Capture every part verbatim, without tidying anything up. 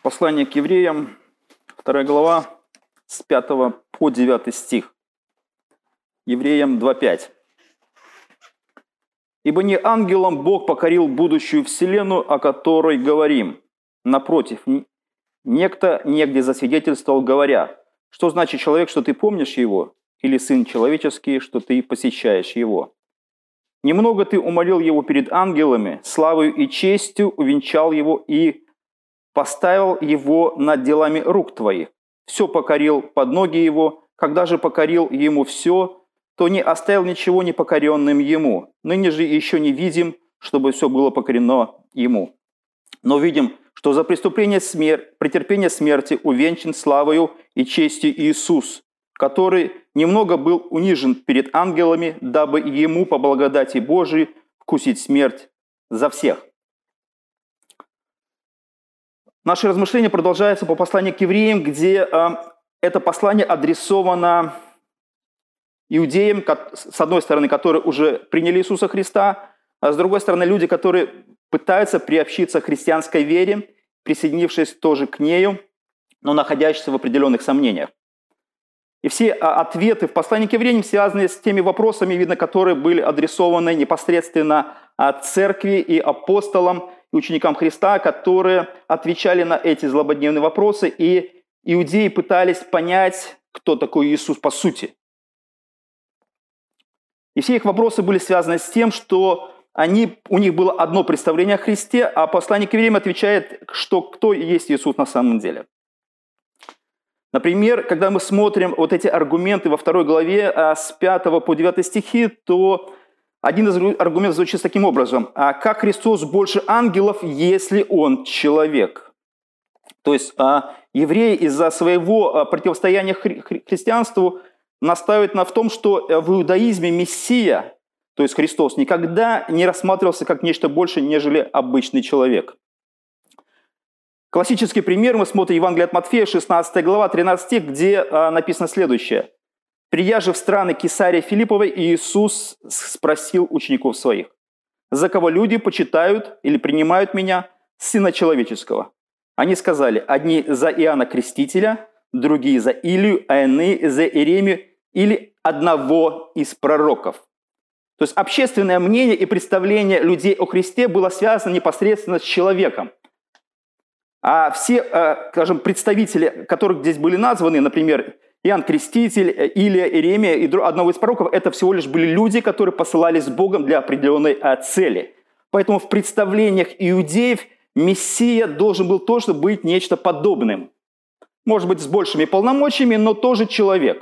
Послание к евреям, вторая глава, с пятого по девятый стих. Евреям два пять. «Ибо не ангелам Бог покорил будущую вселенную, о которой говорим. Напротив, некто негде засвидетельствовал, говоря, что значит человек, что ты помнишь его, или сын человеческий, что ты посещаешь его. Немного ты умолил его перед ангелами, славою и честью увенчал его и поставил его над делами рук твоих. Все покорил под ноги его, когда же покорил ему все, то не оставил ничего непокоренным ему. Ныне же еще не видим, чтобы все было покорено ему. Но видим, что за преступление смер... претерпение смерти увенчан славою и честью Иисус, который немного был унижен перед ангелами, дабы ему по благодати Божией вкусить смерть за всех». Наши размышления продолжаются по посланию к евреям, где э, это послание адресовано иудеям, с одной стороны, которые уже приняли Иисуса Христа, а с другой стороны, люди, которые пытаются приобщиться к христианской вере, присоединившись тоже к нею, но находящиеся в определенных сомнениях. И все ответы в послании к евреям связаны с теми вопросами, видно, которые были адресованы непосредственно церкви и апостолам, и ученикам Христа, которые отвечали на эти злободневные вопросы, и иудеи пытались понять, кто такой Иисус по сути. И все их вопросы были связаны с тем, что они, у них было одно представление о Христе, а послание к евреям отвечает, что кто есть Иисус на самом деле. Например, когда мы смотрим вот эти аргументы во второй главе с пятого по девятый стихи, то один из аргументов звучит таким образом. «А как Христос больше ангелов, если Он человек?» То есть евреи из-за своего противостояния хри- христианству настаивают на том, что в иудаизме Мессия, то есть Христос, никогда не рассматривался как нечто больше, нежели обычный человек. Классический пример мы смотрим Евангелие от Матфея, шестнадцатая глава, тринадцатый стих, где написано следующее. «Придя же в страны Кесарии Филипповой, Иисус спросил учеников своих, за кого люди почитают или принимают меня, Сына Человеческого? Они сказали, одни за Иоанна Крестителя, другие за Илию, а иные за Иеремию или одного из пророков». То есть общественное мнение и представление людей о Христе было связано непосредственно с человеком. А все, скажем, представители, которых здесь были названы, например, Иоанн Креститель, Илия, Иеремия и одного из пророков, это всего лишь были люди, которые посылались Богом для определенной цели. Поэтому в представлениях иудеев Мессия должен был тоже быть нечто подобным. Может быть, с большими полномочиями, но тоже человек.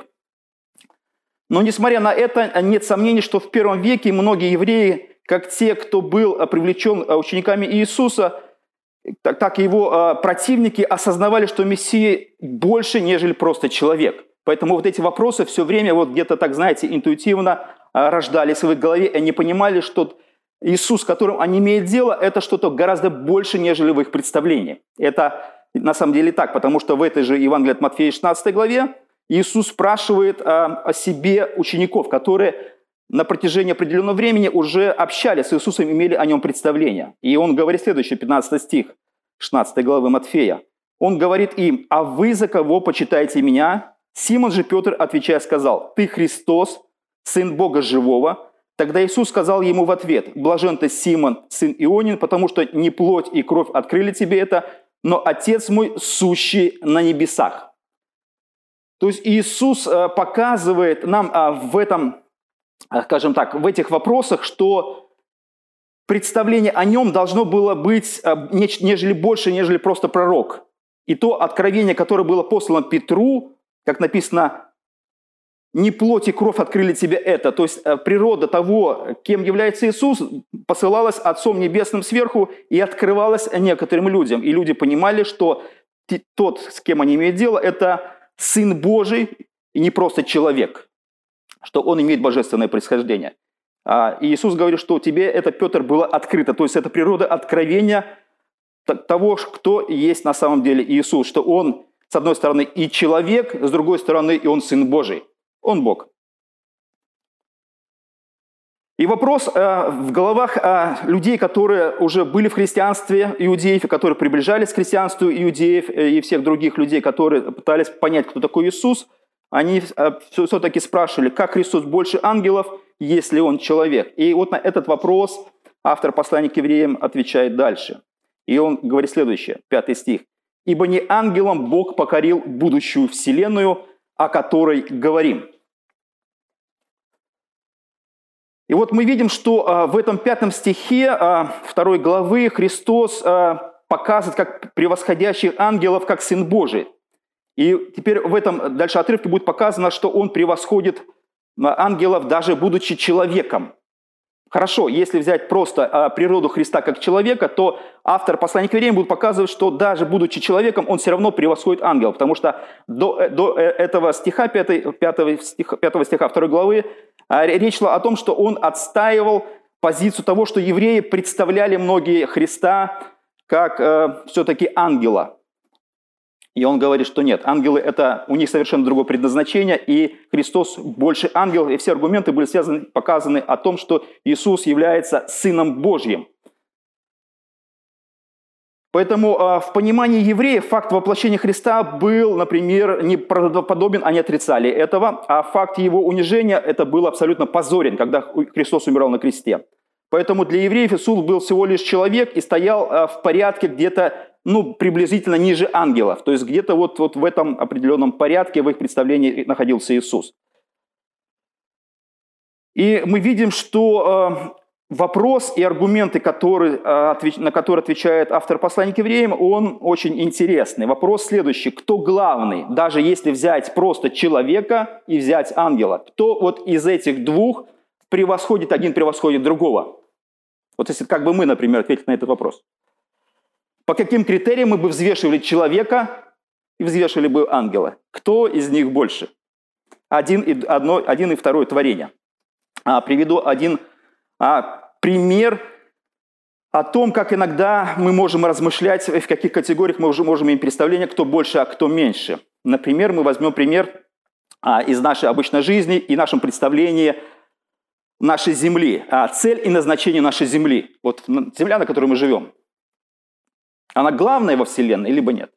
Но несмотря на это, нет сомнений, что в первом веке многие евреи, как те, кто был привлечен учениками Иисуса, так и его противники осознавали, что Мессия больше, нежели просто человек. Поэтому вот эти вопросы все время вот где-то, так знаете, интуитивно рождались в их голове, и они понимали, что Иисус, с которым они имеют дело, это что-то гораздо больше, нежели в их представлении. Это на самом деле так, потому что в этой же Евангелии от Матфея шестнадцатой главе Иисус спрашивает о себе учеников, которые на протяжении определенного времени уже общались с Иисусом, имели о нем представление. И он говорит следующее, пятнадцатый стих шестнадцатой главы Матфея. Он говорит им, «А вы за кого почитаете меня?» Симон же Петр, отвечая, сказал, «Ты Христос, Сын Бога Живого». Тогда Иисус сказал ему в ответ, «Блажен ты, Симон, сын Ионин, потому что не плоть и кровь открыли тебе это, но Отец мой, сущий на небесах». То есть Иисус показывает нам в этом, скажем так, в этих вопросах, что представление о нем должно было быть нежели больше, нежели просто пророк. И то откровение, которое было послано Петру, как написано, «Не плоть и кровь открыли тебе это». То есть природа того, кем является Иисус, посылалась Отцом Небесным сверху и открывалась некоторым людям. И люди понимали, что тот, с кем они имеют дело, это Сын Божий и не просто человек, что он имеет божественное происхождение. И Иисус говорит, что тебе это, Петр, было открыто. То есть это природа откровения того, кто есть на самом деле Иисус, что он, с одной стороны, и человек, с другой стороны, и он Сын Божий. Он Бог. И вопрос э, в головах э, людей, которые уже были в христианстве, иудеев, и которые приближались к христианству иудеев э, и всех других людей, которые пытались понять, кто такой Иисус, они э, все-таки спрашивали, как Христос больше ангелов, если Он человек. И вот на этот вопрос автор послания к евреям отвечает дальше. И он говорит следующее, пятый стих. «Ибо не ангелам Бог покорил будущую вселенную, о которой говорим». И вот мы видим, что а, в этом пятом стихе а, второй главы Христос а, показывает как превосходящих ангелов, как Сын Божий. И теперь в этом дальше отрывке будет показано, что Он превосходит ангелов, даже будучи человеком. Хорошо, если взять просто а, природу Христа как человека, то автор послания к евреям будет показывать, что даже будучи человеком, Он все равно превосходит ангелов, потому что до, до этого стиха, пятого стиха, пятого стиха второй главы, речь шла о том, что он отстаивал позицию того, что евреи представляли многие Христа как э, все-таки ангела. И он говорит, что нет, ангелы это у них совершенно другое предназначение, и Христос больше ангелов, и все аргументы были связаны, показаны о том, что Иисус является Сыном Божьим. Поэтому э, в понимании евреев факт воплощения Христа был, например, не правдоподобен, они отрицали этого, а факт его унижения это был абсолютно позорен, когда Христос умирал на кресте. Поэтому для евреев Иисус был всего лишь человек и стоял э, в порядке где-то, ну, приблизительно ниже ангелов. То есть где-то вот, вот в этом определенном порядке в их представлении находился Иисус. И мы видим, что э, вопрос и аргументы, которые, на которые отвечает автор послания к евреям, он очень интересный. Вопрос следующий. Кто главный? Даже если взять просто человека и взять ангела. Кто вот из этих двух превосходит, один превосходит другого? Вот если как бы мы, например, ответили на этот вопрос. По каким критериям мы бы взвешивали человека и взвешивали бы ангела? Кто из них больше? Один и, одно, один и второе творение. А, приведу один а, пример о том, как иногда мы можем размышлять, в каких категориях мы уже можем иметь представление, кто больше, а кто меньше. Например, мы возьмем пример а, из нашей обычной жизни и нашем представлении нашей Земли. А, цель и назначение нашей Земли. Вот Земля, на которой мы живем. Она главная во Вселенной, либо нет?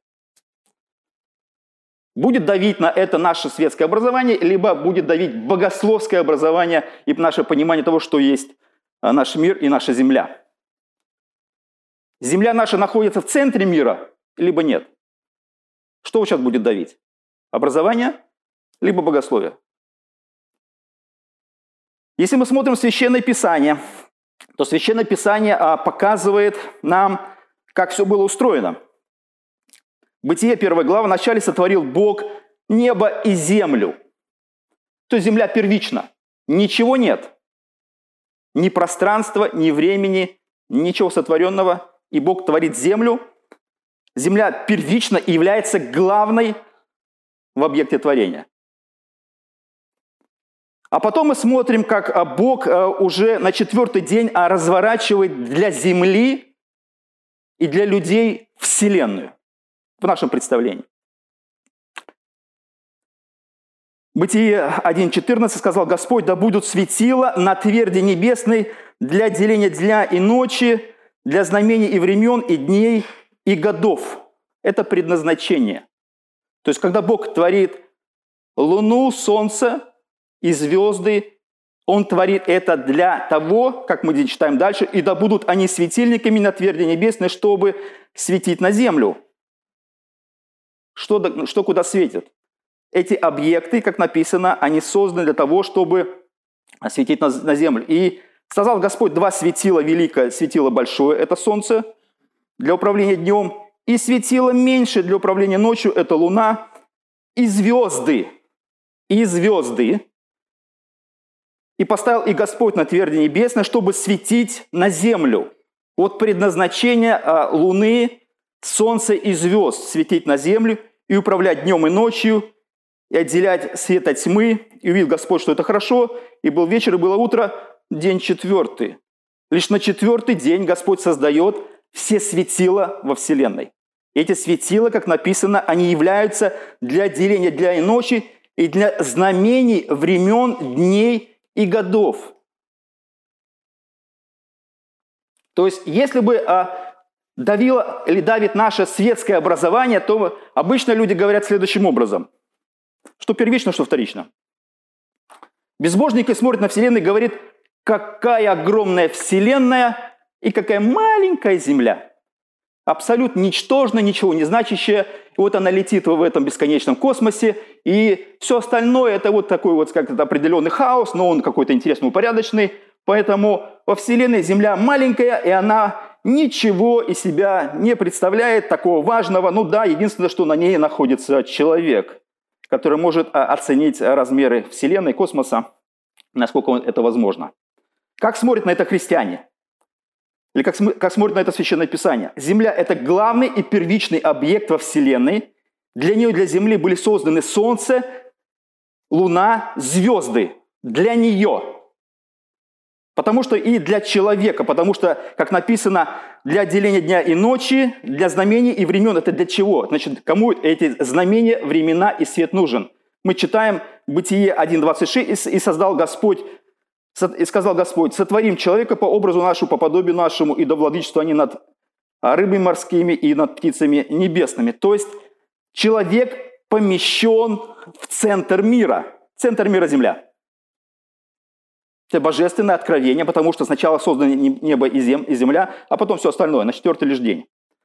Будет давить на это наше светское образование, либо будет давить богословское образование и наше понимание того, что есть наш мир и наша Земля. Земля наша находится в центре мира, либо нет? Что сейчас будет давить? Образование, либо богословие? Если мы смотрим Священное Писание, то Священное Писание показывает нам, как все было устроено. Бытие, первая глава, вначале сотворил Бог небо и землю. То есть земля первична. Ничего нет. Ни пространства, ни времени, ничего сотворенного. И Бог творит землю. Земля первична и является главной в объекте творения. А потом мы смотрим, как Бог уже на четвертый день разворачивает для земли и для людей Вселенную. В нашем представлении. Бытие один четырнадцать сказал Господь: да будут светила на тверди небесной для деления дня и ночи, для знамений и времен, и дней, и годов. Это предназначение. То есть, когда Бог творит луну, солнце и звезды, Он творит это для того, как мы читаем дальше, и да будут они светильниками на тверди небесной, чтобы светить на землю. Что, что куда светит? Эти объекты, как написано, они созданы для того, чтобы светить на, на землю. И сказал Господь: два светила великое, светило большое, это солнце, для управления днем, и светило меньше для управления ночью, это луна, и звезды, и звезды. И поставил и Господь на тверди небесной, чтобы светить на землю. Вот предназначение а, луны, солнца и звезд: светить на землю и управлять днем и ночью, и отделять свет от тьмы. И увидел Господь, что это хорошо, и был вечер, и было утро, день четвертый. Лишь на четвертый день Господь создает все светила во Вселенной. Эти светила, как написано, они являются для отделения дня и ночи и для знамений времен, дней и годов. То есть, если бы а, давило или давит наше светское образование, то обычно люди говорят следующим образом, что первично, что вторично. Безбожники смотрят на Вселенную и говорят, какая огромная Вселенная и какая маленькая Земля. Абсолютно ничтожно, ничего не значащее. И вот она летит в этом бесконечном космосе, и все остальное это вот такой вот как-то определенный хаос, но он какой-то интересный, упорядоченный. Поэтому во Вселенной Земля маленькая, и она ничего из себя не представляет такого важного. Ну да, единственное, что на ней находится человек, который может оценить размеры Вселенной, космоса, насколько это возможно. Как смотрят на это христиане? Или как, как смотрят на это Священное Писание? Земля – это главный и первичный объект во Вселенной. Для нее, для Земли были созданы Солнце, Луна, звезды. Для нее. Потому что и для человека, потому что, как написано, для отделения дня и ночи, для знамений и времен. Это для чего? Значит, кому эти знамения, времена и свет нужен? Мы читаем Бытие один двадцать шесть, «И создал Господь, и сказал Господь, сотворим человека по образу нашему, по подобию нашему, и да владычествуют они над рыбами морскими и над птицами небесными». То есть человек помещен в центр мира. Центр мира – Земля. Это божественное откровение, потому что сначала созданы небо и земля, а потом все остальное, на четвертый лишь день.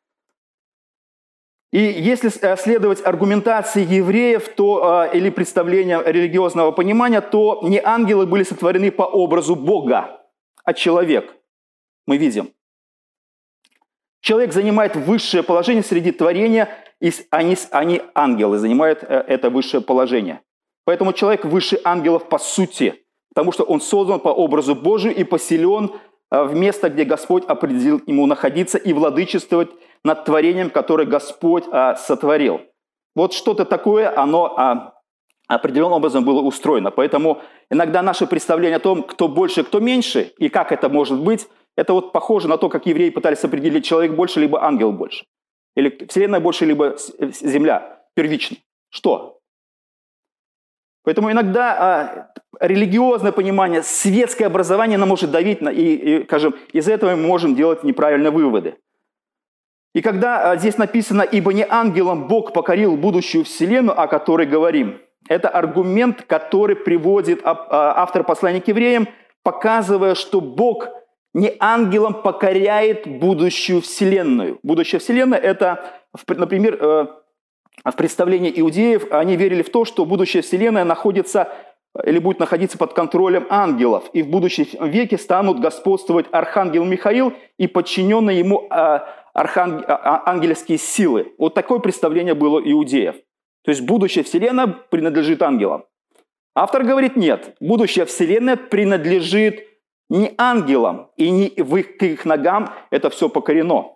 И если следовать аргументации евреев то, или представлениям религиозного понимания, то не ангелы были сотворены по образу Бога, а человек. Мы видим. Человек занимает высшее положение среди творения, и они, они ангелы, занимают это высшее положение. Поэтому человек выше ангелов по сути, потому что он создан по образу Божию и поселен в место, где Господь определил ему находиться и владычествовать над творением, которое Господь а, сотворил. Вот что-то такое, оно а, определенным образом было устроено. Поэтому иногда наше представление о том, кто больше, кто меньше, и как это может быть, это вот похоже на то, как евреи пытались определить, человек больше, либо ангел больше. Или Вселенная больше, либо Земля первично. Что? Поэтому иногда а, религиозное понимание, светское образование нам может давить, на, и, и, скажем, из этого мы можем делать неправильные выводы. И когда а, здесь написано «Ибо не ангелом Бог покорил будущую вселенную, о которой говорим», это аргумент, который приводит а, а, автор послания к евреям, показывая, что Бог не ангелом покоряет будущую вселенную. Будущая вселенная – это, например, э, в представлении иудеев они верили в то, что будущая вселенная находится или будет находиться под контролем ангелов. И в будущем веке станут господствовать архангел Михаил и подчиненные ему арханг... ангельские силы. Вот такое представление было иудеев. То есть будущая вселенная принадлежит ангелам. Автор говорит, нет, будущая вселенная принадлежит не ангелам, и не в их, к их ногам это все покорено.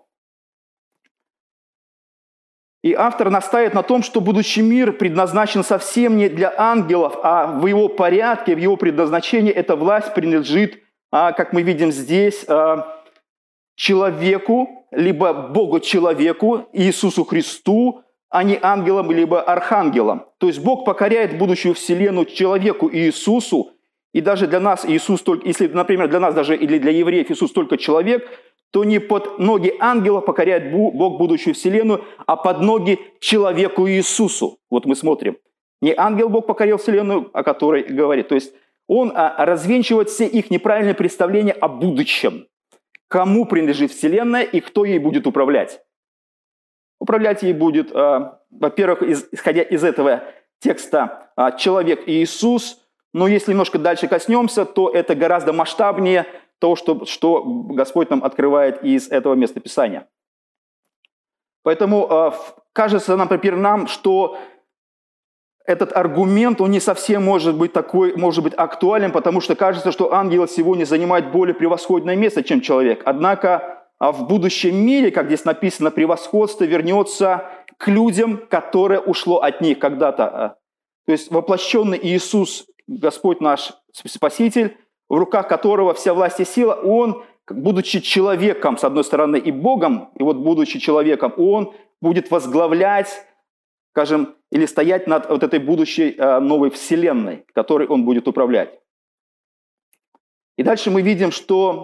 И автор настаивает на том, что будущий мир предназначен совсем не для ангелов, а в его порядке, в его предназначении эта власть принадлежит, как мы видим здесь, человеку, либо Богу-человеку, Иисусу Христу, а не ангелам, либо архангелам. То есть Бог покоряет будущую вселенную человеку Иисусу, и даже для нас Иисус, только, если, например, для нас даже или для евреев Иисус только человек, то не под ноги ангела покоряет Бог будущую вселенную, а под ноги человеку Иисусу. Вот мы смотрим. Не ангел Бог покорил вселенную, о которой говорит. То есть он развенчивает все их неправильные представления о будущем. Кому принадлежит вселенная и кто ей будет управлять. Управлять ей будет, во-первых, исходя из этого текста, человек и Иисус. Но если немножко дальше коснемся, то это гораздо масштабнее того, что, что Господь нам открывает из этого места Писания. Поэтому э, кажется, например, нам, что этот аргумент, он не совсем может быть такой, может быть актуален, потому что кажется, что ангел сегодня занимает более превосходное место, чем человек. Однако а в будущем мире, как здесь написано, превосходство вернется к людям, которое ушло от них когда-то. То есть воплощенный Иисус, Господь наш Спаситель, в руках которого вся власть и сила, он, будучи человеком, с одной стороны, и Богом, и вот будучи человеком, он будет возглавлять, скажем, или стоять над вот этой будущей новой вселенной, которой он будет управлять. И дальше мы видим, что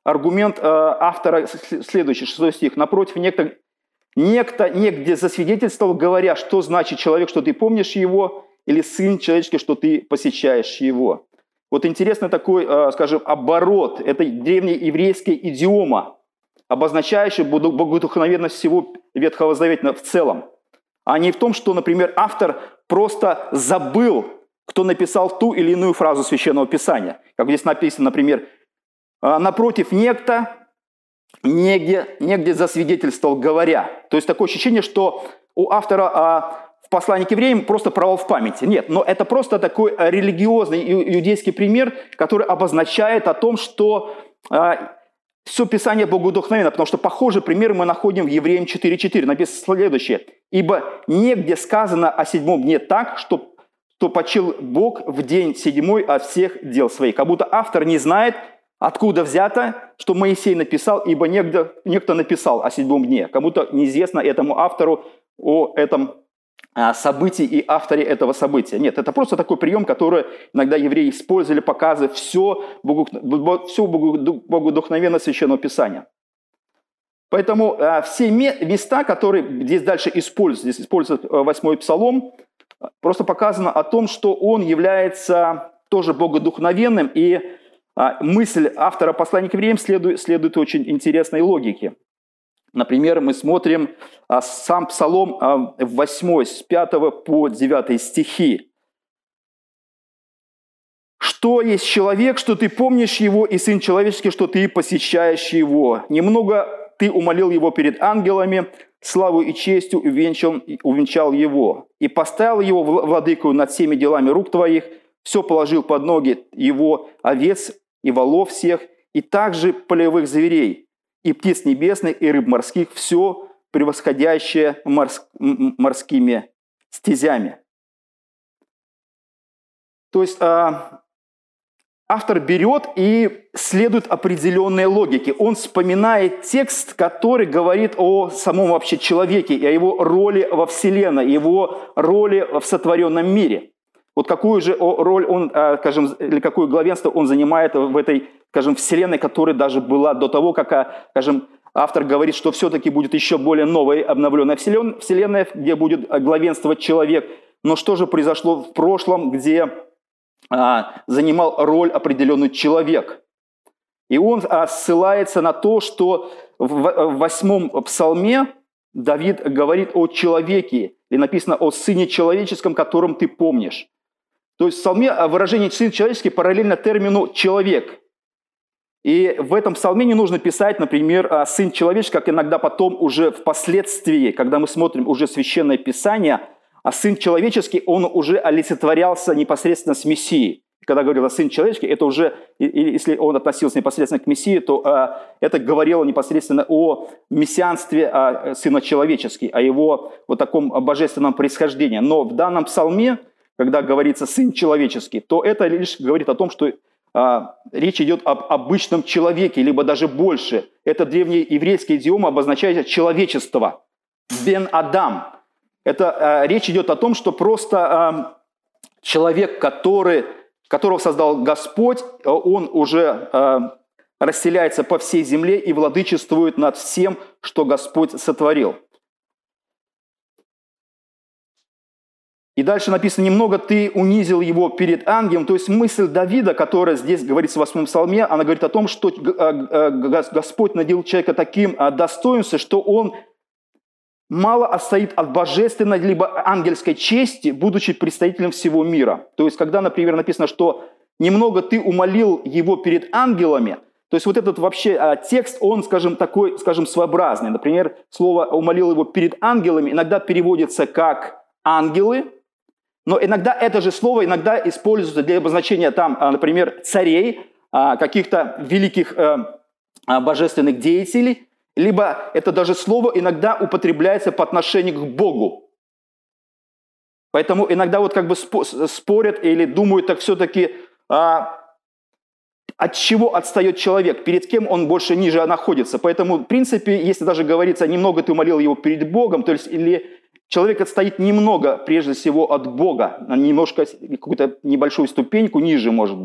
аргумент э, автора следующий, шестой стих. «Напротив, некто, некто негде засвидетельствовал, говоря, что значит человек, что ты помнишь его, или сын человеческий, что ты посещаешь его». Вот интересный такой, э, скажем, оборот. Это древнееврейская идиома, обозначающая богодухновенность всего Ветхого Завета в целом. А не в том, что, например, автор просто забыл, кто написал ту или иную фразу Священного Писания. Как здесь написано, например, «напротив, некто негде, негде засвидетельствовал, говоря». То есть такое ощущение, что у автора а, в послании к евреям просто провал в памяти. Нет, но это просто такой религиозный иудейский пример, который обозначает о том, что а, все Писание богодухновенно, потому что похожий пример мы находим в Евреям четыре четыре. Написано следующее. «Ибо негде сказано о седьмом дне так, что, что почил Бог в день седьмой от всех дел своих». Как будто автор не знает, откуда взято, что Моисей написал, ибо негде, некто написал о седьмом дне. Как будто неизвестно этому автору о этом событии и авторе этого события. Нет, это просто такой прием, который иногда евреи использовали, показывая все, все богодухновенно Священного Писания. Поэтому все места, которые здесь дальше используются, здесь используется восьмой Псалом, просто показано о том, что он является тоже богодухновенным, и мысль автора послания к евреям следует, следует очень интересной логике. Например, мы смотрим а, сам Псалом а, восьмой, с пятого по девятый стихи. «Что есть человек, что ты помнишь его, и сын человеческий, что ты посещаешь его? Немного ты умолил его перед ангелами, славу и честью увенчал, увенчал его, и поставил его владыкою над всеми делами рук твоих, все положил под ноги его овец и волов всех, и также полевых зверей, и птиц небесных, и рыб морских, все превосходящее морс... морскими стезями». То есть а, автор берет и следует определенной логике. Он вспоминает текст, который говорит о самом вообще человеке, и о его роли во Вселенной, его роли в сотворенном мире. Вот какую же роль он, скажем, или какое главенство он занимает в этой, скажем, вселенной, которая даже была до того, как, скажем, автор говорит, что все-таки будет еще более новая обновленная вселенная, где будет главенствовать человек. Но что же произошло в прошлом, где а, занимал роль определенный человек? И он а, ссылается на то, что в, в восьмом псалме Давид говорит о человеке, и написано о сыне человеческом, котором ты помнишь. То есть в псалме выражение «сын человеческий» параллельно термину «человек». И в этом псалме не нужно писать, например, «сын человеческий», как иногда потом уже впоследствии, когда мы смотрим уже Священное Писание, а сын человеческий, он уже олицетворялся непосредственно с Мессией. Когда говорил о сын человеческий, это уже, если он относился непосредственно к Мессии, то это говорило непосредственно о мессианстве сына человеческий, о его вот таком божественном происхождении. Но в данном псалме, когда говорится «сын человеческий», то это лишь говорит о том, что а, речь идет об обычном человеке, либо даже больше. Это древнееврейская идиома, обозначает человечество. «Бен Адам». Это а, речь идет о том, что просто а, человек, который, которого создал Господь, он уже а, расселяется по всей земле и владычествует над всем, что Господь сотворил. И дальше написано, немного ты унизил его перед ангелом. То есть мысль Давида, которая здесь говорится в восьмом псалме, она говорит о том, что Господь наделил человека таким достоинством, что он мало отстоит от божественной либо ангельской чести, будучи представителем всего мира. То есть когда, например, написано, что немного ты умолил его перед ангелами, то есть вот этот вообще текст, он, скажем, такой, скажем, своеобразный. Например, слово «умолил его перед ангелами» иногда переводится как «ангелы», но иногда это же слово иногда используется для обозначения там, например, царей, каких-то великих божественных деятелей, либо это даже слово иногда употребляется по отношению к Богу. Поэтому иногда вот как бы спорят или думают, так все-таки от чего отстает человек, перед кем он больше ниже находится. Поэтому, в принципе, если даже говорится, немного ты умолил его перед Богом, то есть или человек отстоит немного, прежде всего, от Бога, немножко какую-то небольшую ступеньку ниже, может быть.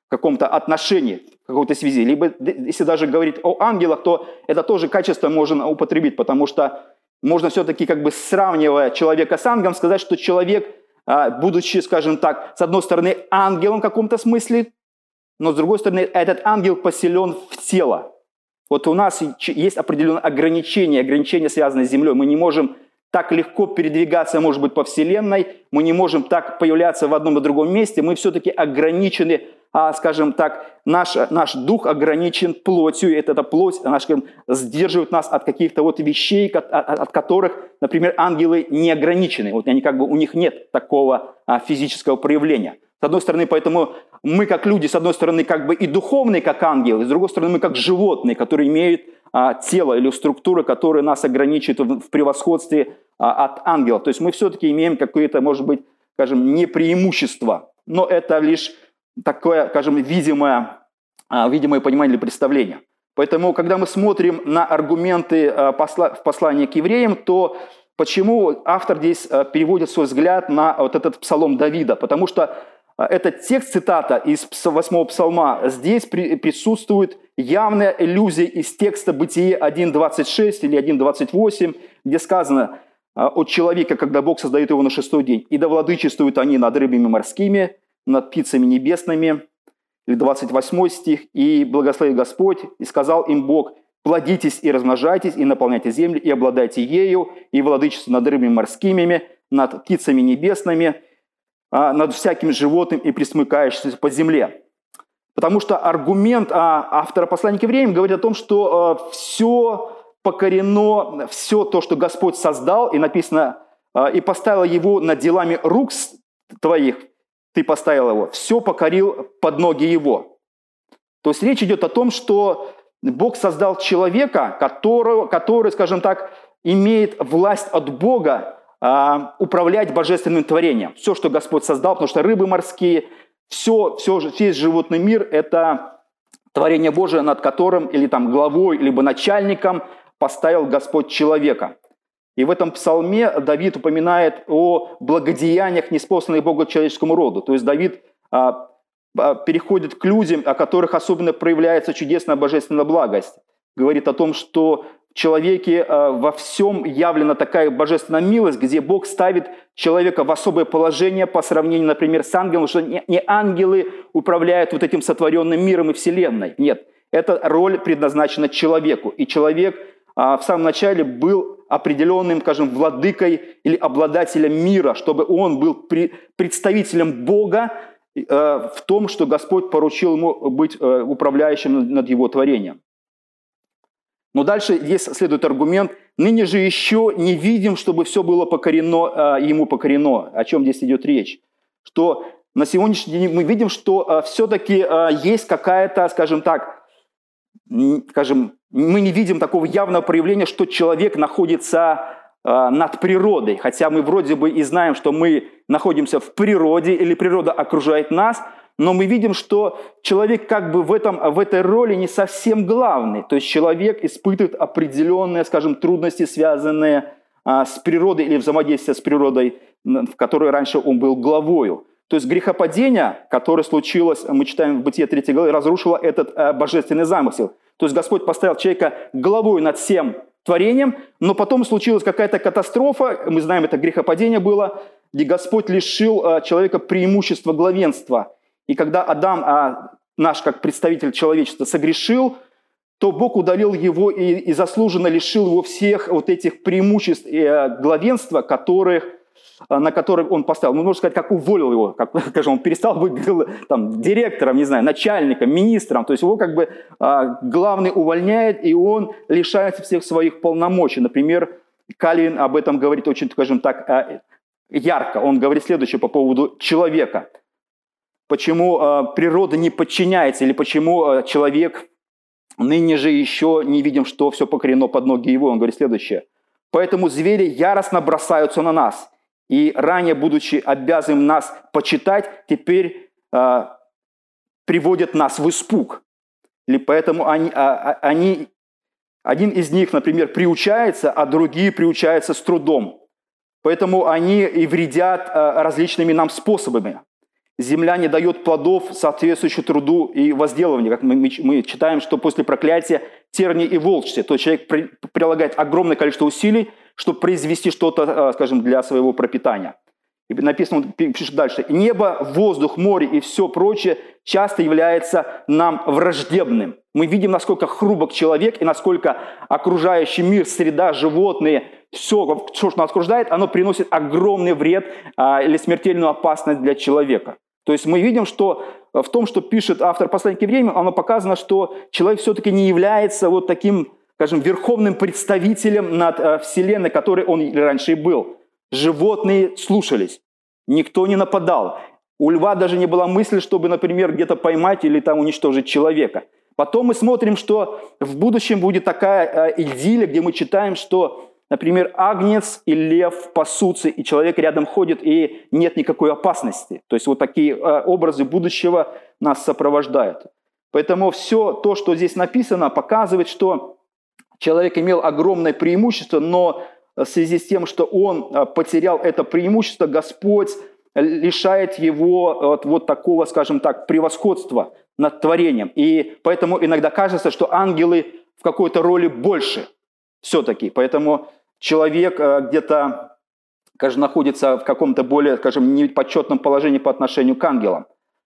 каком-то отношении, в какой-то связи. Либо, если даже говорить о ангелах, то это тоже качество можно употребить, потому что можно все-таки, как бы сравнивая человека с ангелом, сказать, что человек, будучи, скажем так, с одной стороны ангелом в каком-то смысле, но с другой стороны этот ангел поселен в тело. Вот у нас есть определенные ограничения, ограничения, связанные с землей. Мы не можем так легко передвигаться, может быть, по Вселенной, мы не можем так появляться в одном и другом месте, мы все-таки ограничены, а, скажем так, наш, наш дух ограничен плотью, и эта плоть, она, скажем, сдерживает нас от каких-то вот вещей, от, от которых, например, ангелы не ограничены. Вот они как бы, у них нет такого а, физического проявления. С одной стороны, поэтому мы, как люди, с одной стороны, как бы и духовные, как ангелы, с другой стороны, мы как животные, которые имеют а, тело или структуры, которые нас ограничивают в, в превосходстве а, от ангелов. То есть мы все-таки имеем какое-то, может быть, скажем, не преимущество, но это лишь такое, скажем, видимое, а, видимое понимание или представление. Поэтому, когда мы смотрим на аргументы а, посла, в послании к евреям, то почему автор здесь а, переводит свой взгляд на вот этот псалом Давида? Потому что этот текст, цитата из восьмого псалма, здесь при, присутствует явная иллюзия из текста Бытие один двадцать шесть или один двадцать восемь, где сказано от человека, когда Бог создает его на шестой день. «И да владычествуют они над рыбами морскими, над птицами небесными». Или двадцать восьмой стих. «И благословил Господь, и сказал им Бог, плодитесь и размножайтесь, и наполняйте землю, и обладайте ею, и владычествуйте над рыбами морскими, над птицами небесными, над всяким животным и пресмыкающимся по земле». Потому что аргумент автора послания к евреям говорит о том, что все покорено, все то, что Господь создал, и написано, и поставил его над делами рук твоих, ты поставил его, все покорил под ноги его. То есть речь идет о том, что Бог создал человека, который, который, скажем так, имеет власть от Бога, управлять божественным творением. Все, что Господь создал, потому что рыбы морские, все, все, весь животный мир – это творение Божие, над которым или там главой, либо начальником поставил Господь человека. И в этом псалме Давид упоминает о благодеяниях, ниспосланных Богу человеческому роду. То есть Давид а, а, переходит к людям, о которых особенно проявляется чудесная божественная благость. Говорит о том, что в человеке а, во всем явлена такая божественная милость, где Бог ставит человека в особое положение по сравнению, например, с ангелом, что не, не ангелы управляют вот этим сотворенным миром и вселенной. Нет, эта роль предназначена человеку. И человек а, в самом начале был определенным, скажем, владыкой или обладателем мира, чтобы он был при, представителем Бога э, в том, что Господь поручил ему быть э, управляющим над его творением. Но дальше здесь следует аргумент: ныне же еще не видим, чтобы все было покорено, э, ему покорено. О чем здесь идет речь? Что на сегодняшний день мы видим, что э, все-таки э, есть какая-то, скажем так, скажем, мы не видим такого явного проявления, что человек находится э, над природой. Хотя мы вроде бы и знаем, что мы находимся в природе, или природа окружает нас, но мы видим, что человек как бы в, этом, в этой роли не совсем главный. То есть человек испытывает определенные, скажем, трудности, связанные э, с природой или взаимодействие с природой, в которой раньше он был главою. То есть грехопадение, которое случилось, мы читаем в Бытие третьей главе, разрушило этот э, божественный замысел. То есть Господь поставил человека главой над всем творением, но потом случилась какая-то катастрофа, мы знаем, это грехопадение было, где Господь лишил э, человека преимущества главенства. И когда Адам, э, наш как представитель человечества, согрешил, то Бог удалил его и, и заслуженно лишил его всех вот этих преимуществ э, главенства, которых на который он поставил, ну, можно сказать, как уволил его, как, скажем, он перестал быть там, директором, не знаю, начальником, министром, то есть его как бы а, главный увольняет, и он лишается всех своих полномочий. Например, Кальвин об этом говорит очень, скажем так, а, ярко. Он говорит следующее по поводу человека. Почему а, природа не подчиняется, или почему а, человек ныне же еще не видим, что все покорено под ноги его. Он говорит следующее. «Поэтому звери яростно бросаются на нас, и ранее, будучи обязанным нас почитать, теперь э, приводят нас в испуг. Или поэтому они, а, они, один из них, например, приучается, а другие приучаются с трудом. Поэтому они и вредят э, различными нам способами. земля не дает плодов, соответствующих труду и возделыванию. Как мы, мы читаем, что после проклятия терни и волчьи, то человек при, прилагает огромное количество усилий, чтобы произвести что-то, скажем, для своего пропитания. И написано, он пишет дальше, «Небо, воздух, море и все прочее часто является нам враждебным». Мы видим, насколько хрупок человек и насколько окружающий мир, среда, животные, все, что нас окружает, оно приносит огромный вред а, или смертельную опасность для человека. То есть мы видим, что в том, что пишет автор послания к евреям, оно показано, что человек все-таки не является вот таким, скажем, верховным представителем над а, Вселенной, который он раньше и был. Животные слушались, никто не нападал. У льва даже не было мысли, чтобы, например, где-то поймать или там уничтожить человека. Потом мы смотрим, что в будущем будет такая э, идиллия, где мы читаем, что, например, агнец и лев пасутся, и человек рядом ходит, и нет никакой опасности. То есть вот такие э, образы будущего нас сопровождают. Поэтому все то, что здесь написано, показывает, что человек имел огромное преимущество, но в связи с тем, что он потерял это преимущество, Господь лишает его вот, вот такого, скажем так, превосходства над творением. И поэтому иногда кажется, что ангелы в какой-то роли больше все-таки. Поэтому человек где-то, скажем, находится в каком-то более, скажем, непочетном положении по отношению к ангелам.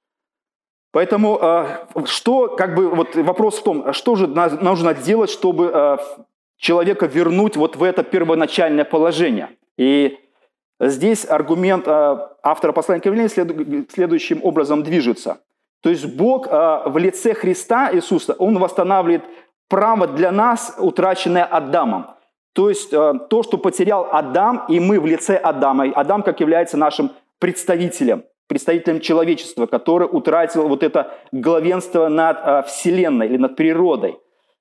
Поэтому что, как бы, вот вопрос в том, что же нужно делать, чтобы человека вернуть вот в это первоначальное положение. И здесь аргумент автора послания к евреям следующим образом движется. То есть Бог в лице Христа Иисуса, Он восстанавливает право для нас, утраченное Адамом. То есть то, что потерял Адам, и мы в лице Адама. Адам как является нашим представителем, представителем человечества, который утратил вот это главенство над Вселенной или над природой.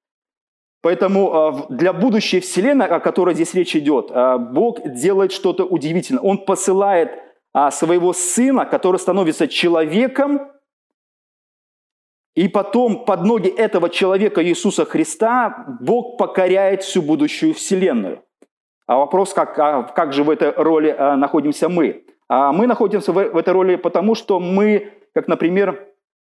Поэтому для будущей Вселенной, о которой здесь речь идет, Бог делает что-то удивительное. Он посылает своего Сына, который становится человеком, и потом под ноги этого человека Иисуса Христа Бог покоряет всю будущую Вселенную. А вопрос, как, как же в этой роли находимся мы? Мы находимся в этой роли потому, что мы, как, например,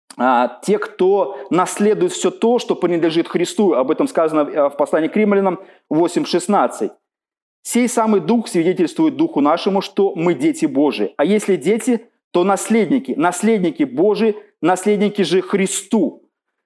те, кто наследует все то, что принадлежит Христу. Об этом сказано в послании к Римлянам восемь шестнадцать. «Сей самый Дух свидетельствует Духу нашему, что мы дети Божии. А если дети, то наследники. Наследники Божии, наследники же Христу».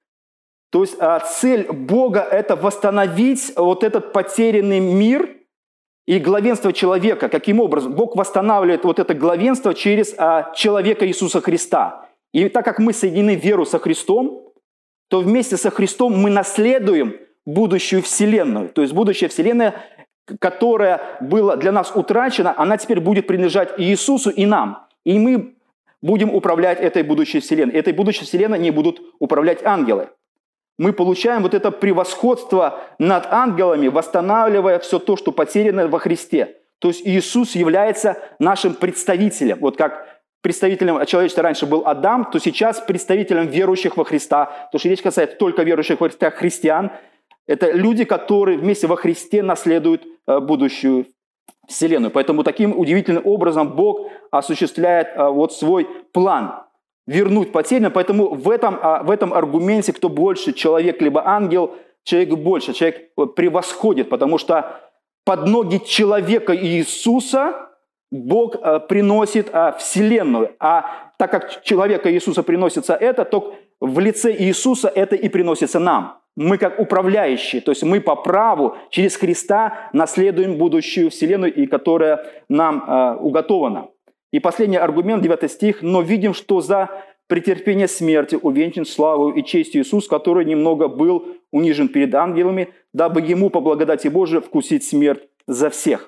То есть цель Бога – это восстановить вот этот потерянный мир и главенство человека. Каким образом? Бог восстанавливает вот это главенство через человека Иисуса Христа. И так как мы соединены в веру со Христом, то вместе со Христом мы наследуем будущую Вселенную. То есть будущая Вселенная, которая была для нас утрачена, она теперь будет принадлежать и Иисусу, и нам. И мы будем управлять этой будущей Вселенной. Этой будущей Вселенной не будут управлять ангелы. Мы получаем вот это превосходство над ангелами, восстанавливая все то, что потеряно во Христе. То есть Иисус является нашим представителем. Вот как представителем человечества раньше был Адам, то сейчас представителем верующих во Христа. Потому что речь касается только верующих во Христа христиан. Это люди, которые вместе во Христе наследуют будущую Вселенную. Поэтому таким удивительным образом Бог осуществляет вот свой план вернуть потерянное. Поэтому в этом, в этом аргументе, кто больше, человек либо ангел, человек больше, человек превосходит, потому что под ноги человека Иисуса Бог приносит Вселенную. А так как человека Иисуса приносится это, то в лице Иисуса это и приносится нам. Мы как управляющие, то есть мы по праву через Христа наследуем будущую Вселенную, и которая нам э, уготована. И последний аргумент, девятый стих. «Но видим, что за претерпение смерти увенчан славою и честью Иисус, который немного был унижен перед ангелами, дабы ему по благодати Божией вкусить смерть за всех».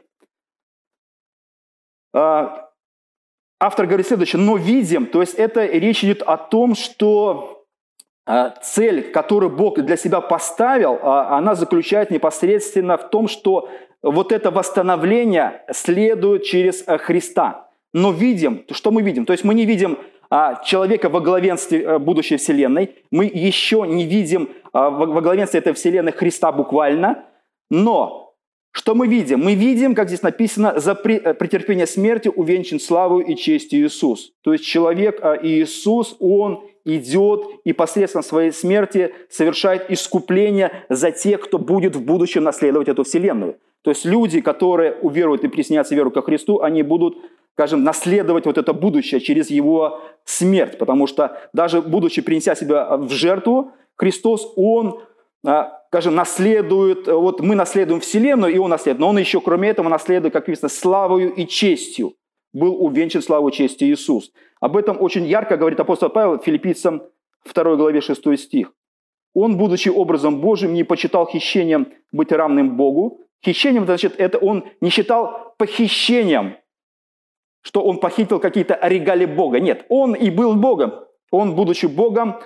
Э, автор говорит следующее. «Но видим», то есть это речь идет о том, что цель, которую Бог для себя поставил, она заключается непосредственно в том, что вот это восстановление следует через Христа. Но видим, что мы видим? То есть мы не видим человека во главенстве будущей Вселенной, мы еще не видим во главенстве этой Вселенной Христа буквально, но Что мы видим? Мы видим, как здесь написано, за претерпение смерти увенчан славою и честью Иисус. То есть человек Иисус, Он идет и посредством своей смерти совершает искупление за тех, кто будет в будущем наследовать эту вселенную. То есть люди, которые уверуют и присоединятся веру ко Христу, они будут, скажем, наследовать вот это будущее через Его смерть. Потому что даже будучи принеся себя в жертву, Христос, Он, скажем, наследует, вот мы наследуем вселенную, и Он наследует. Но Он еще, кроме этого, наследует, как написано, славою и честью. Был увенчан славой и честью Иисус. Об этом очень ярко говорит апостол Павел Филиппийцам второй главе шестой стих. Он, будучи образом Божьим, не почитал хищением быть равным Богу. Хищением, значит, это он не считал похищением, что он похитил какие-то регалии Бога. Нет, он и был Богом. Он, будучи Богом,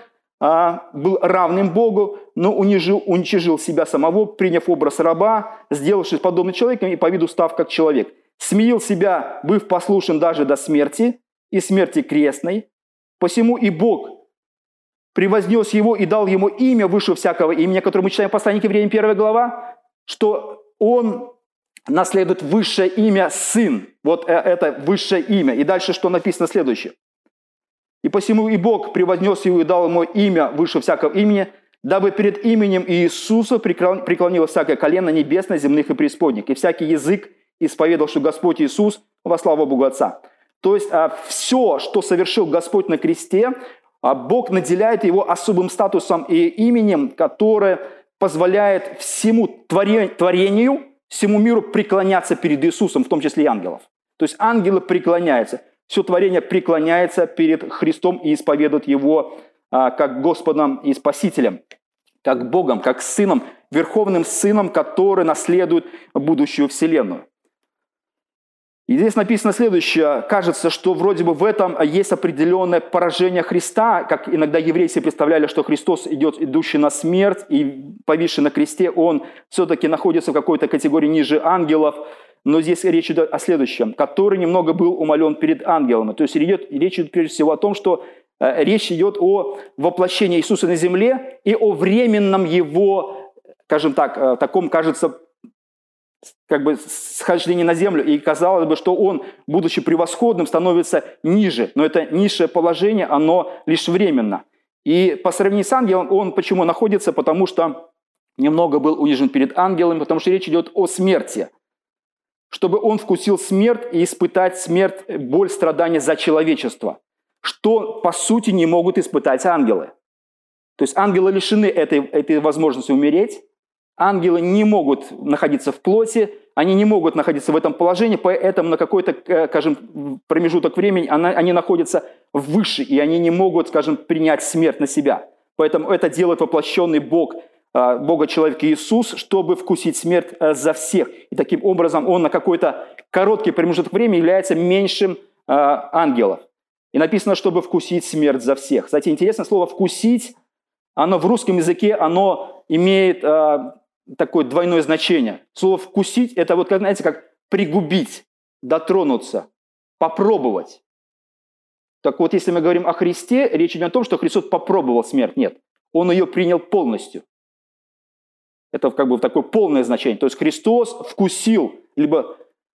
был равным Богу, но унижил, уничижил себя самого, приняв образ раба, сделавшись подобным человеком и по виду став как человек. Смирил себя, быв послушен даже до смерти, и смерти крестной. Посему и Бог превознес его и дал ему имя выше всякого имени, которое мы читаем в послании к Евреям первая глава, что он наследует высшее имя Сын. Вот это высшее имя. И дальше что написано следующее. И посему и Бог превознес его и дал ему имя выше всякого имени, дабы перед именем Иисуса преклонилось всякое колено небесное, земных и преисподних, и всякий язык исповедал, что Господь Иисус во славу Богу Отца. То есть все, что совершил Господь на кресте, Бог наделяет его особым статусом и именем, которое позволяет всему творению, всему миру преклоняться перед Иисусом, в том числе и ангелов. То есть ангелы преклоняются. Все творение преклоняется перед Христом и исповедует Его а, как Господом и Спасителем, как Богом, как Сыном, Верховным Сыном, который наследует будущую Вселенную. И здесь написано следующее. Кажется, что вроде бы в этом есть определенное поражение Христа, как иногда евреи себе представляли, что Христос идет, идущий на смерть, и повисший на кресте, Он все-таки находится в какой-то категории ниже ангелов. Но здесь речь идет о следующем, который немного был умолен перед ангелами. То есть идет, речь идет прежде всего о том, что э, речь идет о воплощении Иисуса на земле и о временном Его, скажем так, э, таком, кажется, как бы схождении на землю. И казалось бы, что Он, будучи превосходным, становится ниже. Но это низшее положение, оно лишь временно. И по сравнению с ангелом он почему находится? Потому что немного был унижен перед ангелами, потому что речь идет о смерти. Чтобы он вкусил смерть и испытать смерть, боль, страдания за человечество, что, по сути, не могут испытать ангелы. То есть ангелы лишены этой, этой возможности умереть, ангелы не могут находиться в плоти, они не могут находиться в этом положении, поэтому на какой-то, скажем, промежуток времени они находятся выше, и они не могут, скажем, принять смерть на себя. Поэтому это делает воплощенный Бог, Бога-человека Иисус, чтобы вкусить смерть за всех. И таким образом Он на какой-то короткий промежуток времени является меньшим ангелов. И написано, чтобы вкусить смерть за всех. Кстати, интересное слово «вкусить», оно в русском языке, оно имеет такое двойное значение. Слово «вкусить» – это вот, знаете, как пригубить, дотронуться, попробовать. Так вот, если мы говорим о Христе, речь идет о том, что Христос попробовал смерть. Нет, Он ее принял полностью. Это как бы такое полное значение. То есть Христос вкусил, либо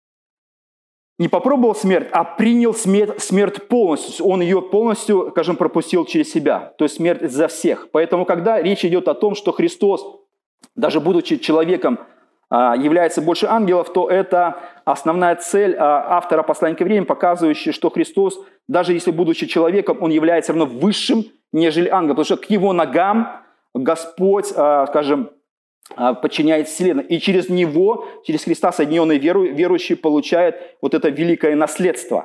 не попробовал смерть, а принял смерть, смерть полностью. Он ее полностью, скажем, пропустил через себя. То есть смерть за всех. Поэтому, когда речь идет о том, что Христос, даже будучи человеком, является больше ангелов, то это основная цель автора послания к евреям, показывающая, что Христос, даже если будучи человеком, он является равно высшим, нежели ангел. Потому что к его ногам Господь, скажем, подчиняет Вселенную. И через Него, через Христа соединенные веру, верующие получают вот это великое наследство.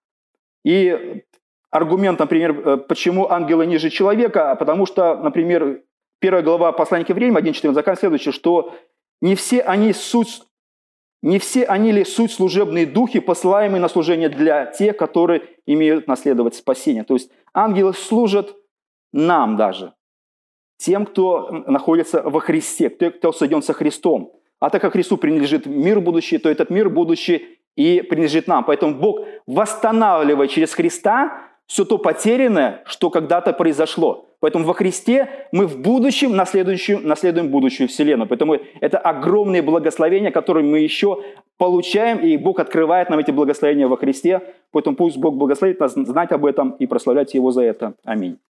И аргумент, например, почему ангелы ниже человека, потому что, например, первая глава послания к евреям, один четырнадцать, заканчивает следующее, что не все они суть, не все они ли суть служебные духи, посылаемые на служение для тех, которые имеют наследовать спасение. То есть ангелы служат нам даже, тем, кто находится во Христе, кто соединен со Христом. А так как Христу принадлежит мир будущий, то этот мир будущий и принадлежит нам. Поэтому Бог восстанавливает через Христа все то потерянное, что когда-то произошло. Поэтому во Христе мы в будущем наследуем, наследуем будущую вселенную. Поэтому это огромные благословения, которые мы еще получаем, и Бог открывает нам эти благословения во Христе. Поэтому пусть Бог благословит нас знать об этом и прославлять Его за это. Аминь.